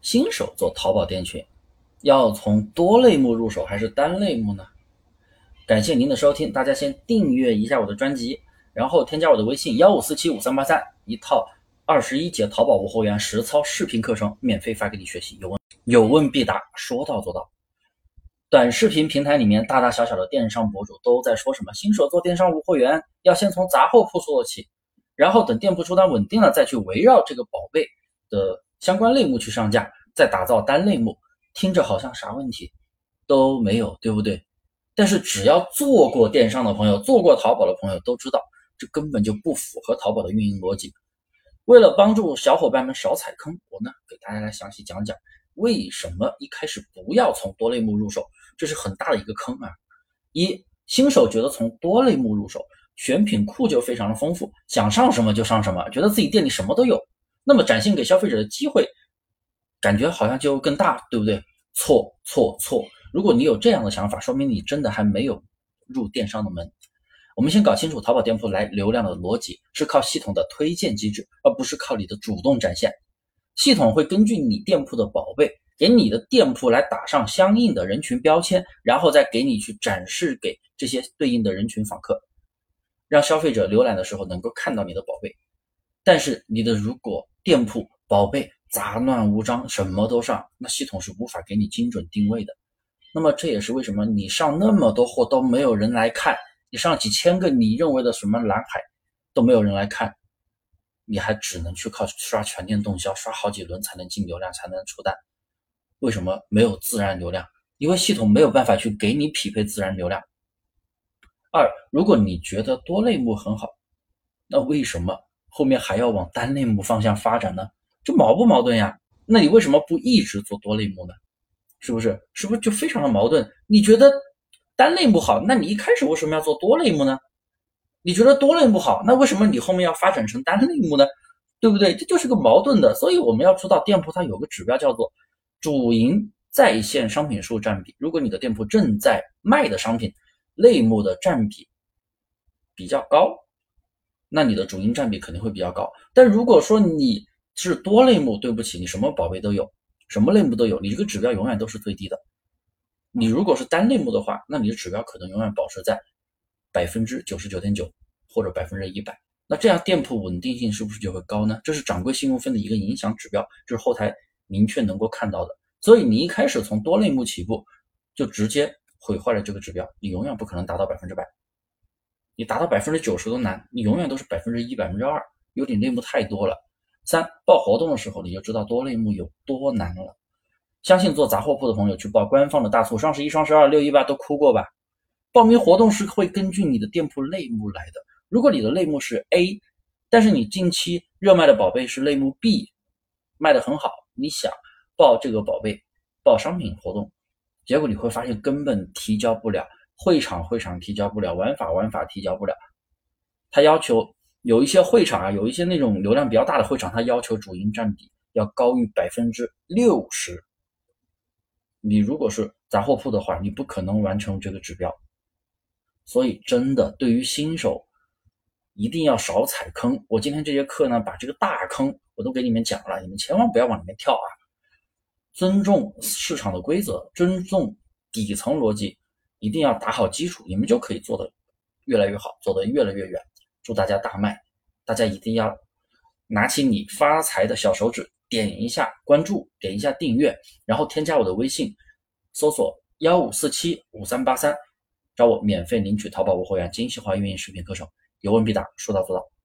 新手做淘宝店群，要从多类目入手还是单类目呢？感谢您的收听，大家先订阅一下我的专辑，然后添加我的微信15475383，一套21节淘宝无货源实操视频课程免费发给你学习，有问必答，说到做到。短视频平台里面大大小小的电商博主都在说什么新手做电商无货源，要先从杂货铺做起，然后等店铺出单稳定了再去围绕这个宝贝的相关类目去上架，再打造单类目，听着好像啥问题都没有，对不对？但是只要做过电商的朋友，做过淘宝的朋友都知道，这根本就不符合淘宝的运营逻辑。为了帮助小伙伴们少踩坑，我呢给大家来详细讲讲为什么一开始不要从多类目入手，这是很大的一个坑啊。新手觉得从多类目入手，选品库就非常的丰富，想上什么就上什么，觉得自己店里什么都有，那么展现给消费者的机会感觉好像就更大，对不对？错。如果你有这样的想法，说明你真的还没有入电商的门。我们先搞清楚淘宝店铺来流量的逻辑，是靠系统的推荐机制，而不是靠你的主动展现。系统会根据你店铺的宝贝，给你的店铺来打上相应的人群标签，然后再给你去展示给这些对应的人群访客，让消费者浏览的时候能够看到你的宝贝。但是你的如果店铺宝贝杂乱无章，什么都上，那系统是无法给你精准定位的。那么这也是为什么你上那么多货都没有人来看，你上几千个你认为的什么蓝海都没有人来看，你还只能去靠刷全店动销，刷好几轮才能进流量，才能出单。为什么没有自然流量？因为系统没有办法去给你匹配自然流量。如果你觉得多类目很好，那为什么后面还要往单类目方向发展呢？这矛不矛盾呀？那你为什么不一直做多类目呢？是不是就非常的矛盾？你觉得单类目好，那你一开始为什么要做多类目呢？你觉得多类目好，那为什么你后面要发展成单类目呢？对不对？这就是个矛盾的。所以我们要知道店铺它有个指标叫做主营在线商品数占比。如果你的店铺正在卖的商品类目的占比比较高，那你的主营占比肯定会比较高。但如果说你是多类目，对不起，你什么宝贝都有，什么类目都有，你这个指标永远都是最低的。你如果是单类目的话，那你的指标可能永远保持在 99.9% 或者 100%， 那这样店铺稳定性是不是就会高呢？这是掌柜信用分的一个影响指标，这是后台明确能够看到的。所以你一开始从多类目起步，就直接毁坏了这个指标，你永远不可能达到100%，你达到90%都难，你永远都是1%、2%，有点类目太多了。报活动的时候你就知道多类目有多难了。相信做杂货铺的朋友去报官方的大促，双11、双12、618都哭过吧？报名活动是会根据你的店铺类目来的。如果你的类目是 A， 但是你近期热卖的宝贝是类目 B， 卖得很好，你想报这个宝贝，报商品活动，结果你会发现根本提交不了，会场提交不了，玩法提交不了。他要求有一些会场有一些那种流量比较大的会场，他要求主营占比要高于 60%。你如果是杂货铺的话，你不可能完成这个指标。所以真的对于新手一定要少踩坑。我今天这节课呢，把这个大坑我都给你们讲了，你们千万不要往里面跳啊！尊重市场的规则，尊重底层逻辑，一定要打好基础，你们就可以做得越来越好，做得越来越远。祝大家大卖！大家一定要拿起你发财的小手指，点一下关注，点一下订阅，然后添加我的微信，搜索15475383，找我免费领取淘宝无货源精细化运营视频课程，有问必答，说到做到。